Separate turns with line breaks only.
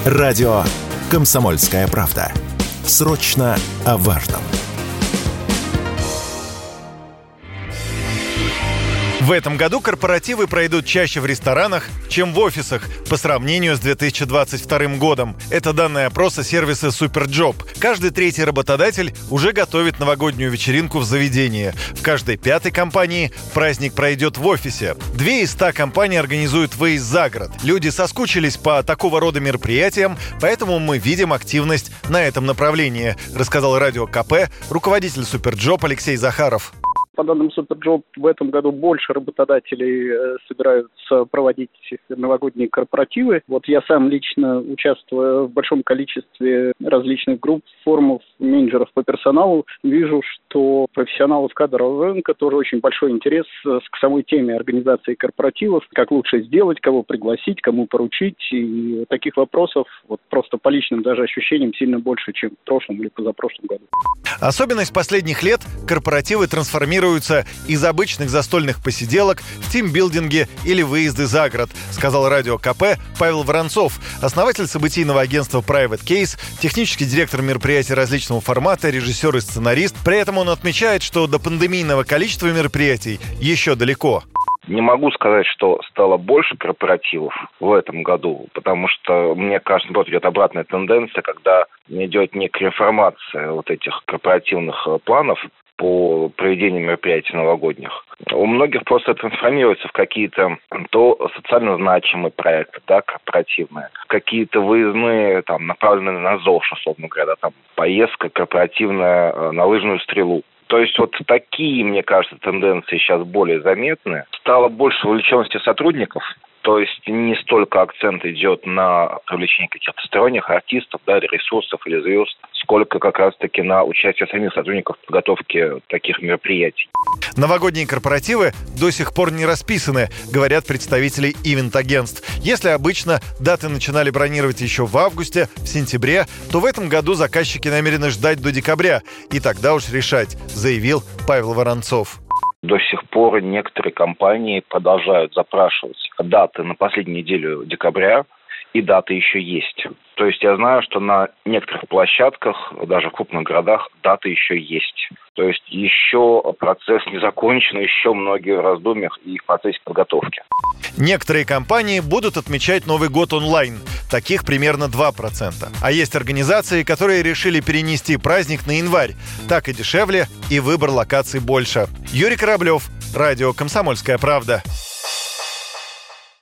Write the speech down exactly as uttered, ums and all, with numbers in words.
Радио «Комсомольская правда». Срочно о важном.
В этом году корпоративы пройдут чаще в ресторанах, чем в офисах, по сравнению с две тысячи двадцать вторым годом. Это данные опроса сервиса Superjob. Каждый третий работодатель уже готовит новогоднюю вечеринку в заведении. В каждой пятой компании праздник пройдет в офисе. Две из ста компаний организуют выезд за город. Люди соскучились по такого рода мероприятиям, поэтому мы видим активность на этом направлении, рассказал радио КП руководитель Superjob Алексей Захаров.
По данным Superjob, в этом году больше работодателей э, собираются проводить новогодние корпоративы. Вот я сам лично участвую в большом количестве различных групп, форумов, менеджеров по персоналу. Вижу, что профессионалов кадрового рынка тоже очень большой интерес к самой теме организации корпоративов, как лучше сделать, кого пригласить, кому поручить. И таких вопросов вот просто по личным даже ощущениям сильно больше, чем в прошлом или позапрошлом году.
Особенность последних лет – корпоративы трансформируются из обычных застольных посиделок в тимбилдинги или выезды за город, сказал радио КП Павел Воронцов, основатель событийного агентства Private Case, технический директор мероприятий различного формата, режиссер и сценарист. При этом он отмечает, что до пандемийного количества мероприятий еще далеко.
Не могу сказать, что стало больше корпоративов в этом году, потому что, мне кажется, наоборот, идет обратная тенденция, когда идет некая реформация вот этих корпоративных планов по проведению мероприятий новогодних. У многих просто трансформируется в какие-то то социально значимые проекты, да, корпоративные, какие-то выездные, там, направленные на ЗОЖ, условно говоря, да, там, поездка корпоративная на лыжную стрелу. То есть вот такие, мне кажется, тенденции сейчас более заметны. Стало больше вовлеченности сотрудников, то есть не столько акцент идет на привлечение каких-то сторонних артистов, да, или ресурсов, или звезд, сколько как раз-таки на участие самих сотрудников в подготовке таких мероприятий.
Новогодние корпоративы до сих пор не расписаны, говорят представители ивент-агентств. Если обычно даты начинали бронировать еще в августе, в сентябре, то в этом году заказчики намерены ждать до декабря и тогда уж решать, заявил Павел Воронцов.
До сих пор некоторые компании продолжают запрашивать даты на последнюю неделю декабря, и даты еще есть. То есть я знаю, что на некоторых площадках, даже в крупных городах, даты еще есть. То есть еще процесс не закончен, еще многие в раздумьях и в процессе подготовки.
Некоторые компании будут отмечать Новый год онлайн. Таких примерно два процента. А есть организации, которые решили перенести праздник на январь. Так и дешевле, и выбор локаций больше. Юрий Кораблев, радио «Комсомольская правда».